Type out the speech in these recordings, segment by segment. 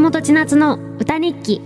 本千夏の歌日記。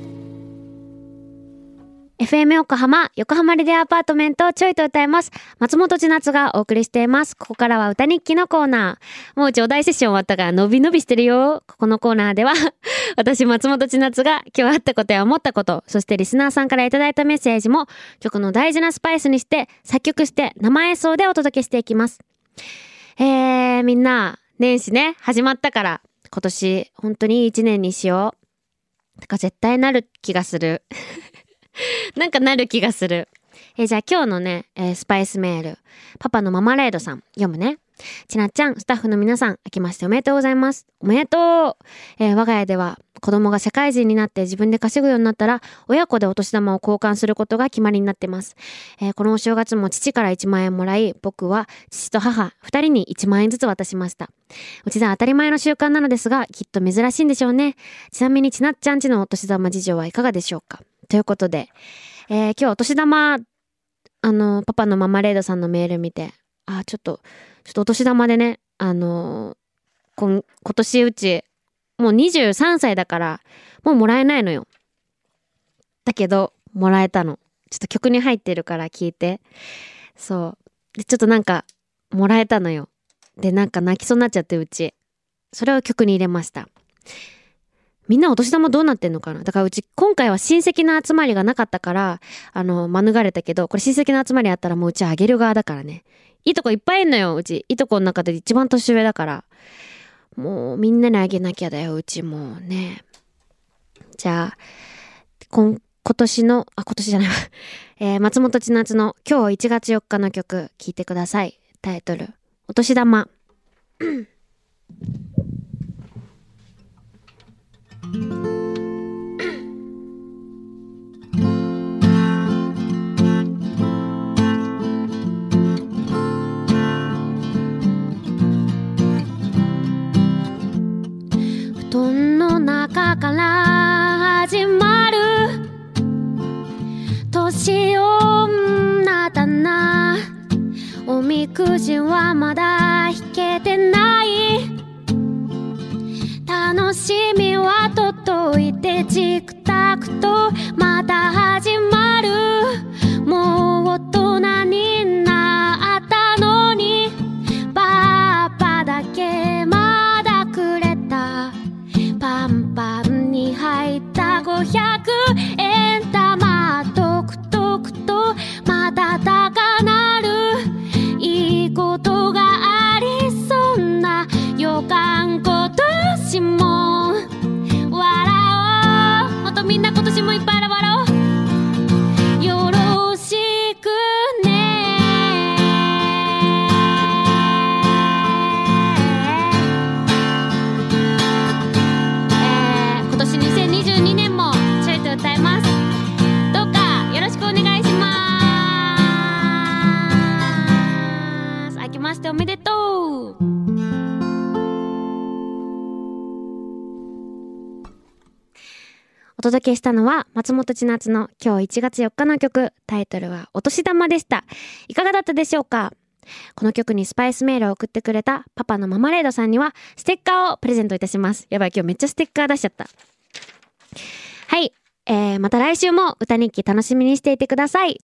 FM 横浜レディアアパートメントちょいと歌います。松本千夏がお送りしています。ここからは歌日記のコーナー。もううちお題セッション終わったから伸び伸びしてるよ。ここのコーナーでは私松本千夏が今日あったことや思ったこと、そしてリスナーさんからいただいたメッセージも曲の大事なスパイスにして作曲して生演奏でお届けしていきます。みんな年始ね始まったから今年本当にいい一年にしよう。てか絶対なる気がするなんかなる気がする。じゃあ今日のね、スパイスメール、パパのママレードさん読むね。ちなっちゃん、スタッフの皆さん、明けましておめでとうございます。おめでとう。我が家では子供が社会人になって自分で稼ぐようになったら親子でお年玉を交換することが決まりになってます。このお正月も父から1万円もらい、僕は父と母2人に1万円ずつ渡しました。うちでは当たり前の習慣なのですが、きっと珍しいんでしょうね。ちなみにちなっちゃんちのお年玉事情はいかがでしょうか。ということで、今日お年玉パパのママレードさんのメール見て、ちょっとお年玉でね、今年うちもう23歳だからもうもらえないのよ。だけどもらえたの。ちょっと曲に入ってるから聞いて。そうでちょっとなんかもらえたのよ。でなんか泣きそうになっちゃって、うちそれを曲に入れました。みんなお年玉どうなってんのかな。だからうち今回は親戚の集まりがなかったから免れたけど、これ親戚の集まりあったらもううちあげる側だからね。いいとこいっぱいいんのよ。うちいとこの中で一番年上だから、もうみんなにあげなきゃだよ。うちもうね。じゃあ今年じゃないわ松本千夏の今日1月4日の曲聴いてください。タイトルお年玉布団の中から始まる年女だな。おみくじはまだ引けてない。楽しみは届いてチクタクとまた始まる。もう大人になったのにパパだけまだくれた。パンパンに入った500円玉トクトクとまた高鳴る。いいことがありそうな予感。今年も笑おう。ほんとみんな今年もいっぱい笑おう。よろしくね。今年2022年もちょいと歌います。どうかよろしくお願いします。明けましておめでとう。お届けしたのは松本千夏の今日1月4日の曲、タイトルはお年玉でした。いかがだったでしょうか。この曲にスパイスメールを送ってくれたパパのママレードさんにはステッカーをプレゼントいたします。やばい、今日めっちゃステッカー出しちゃった。はい、また来週も歌日記楽しみにしていてください。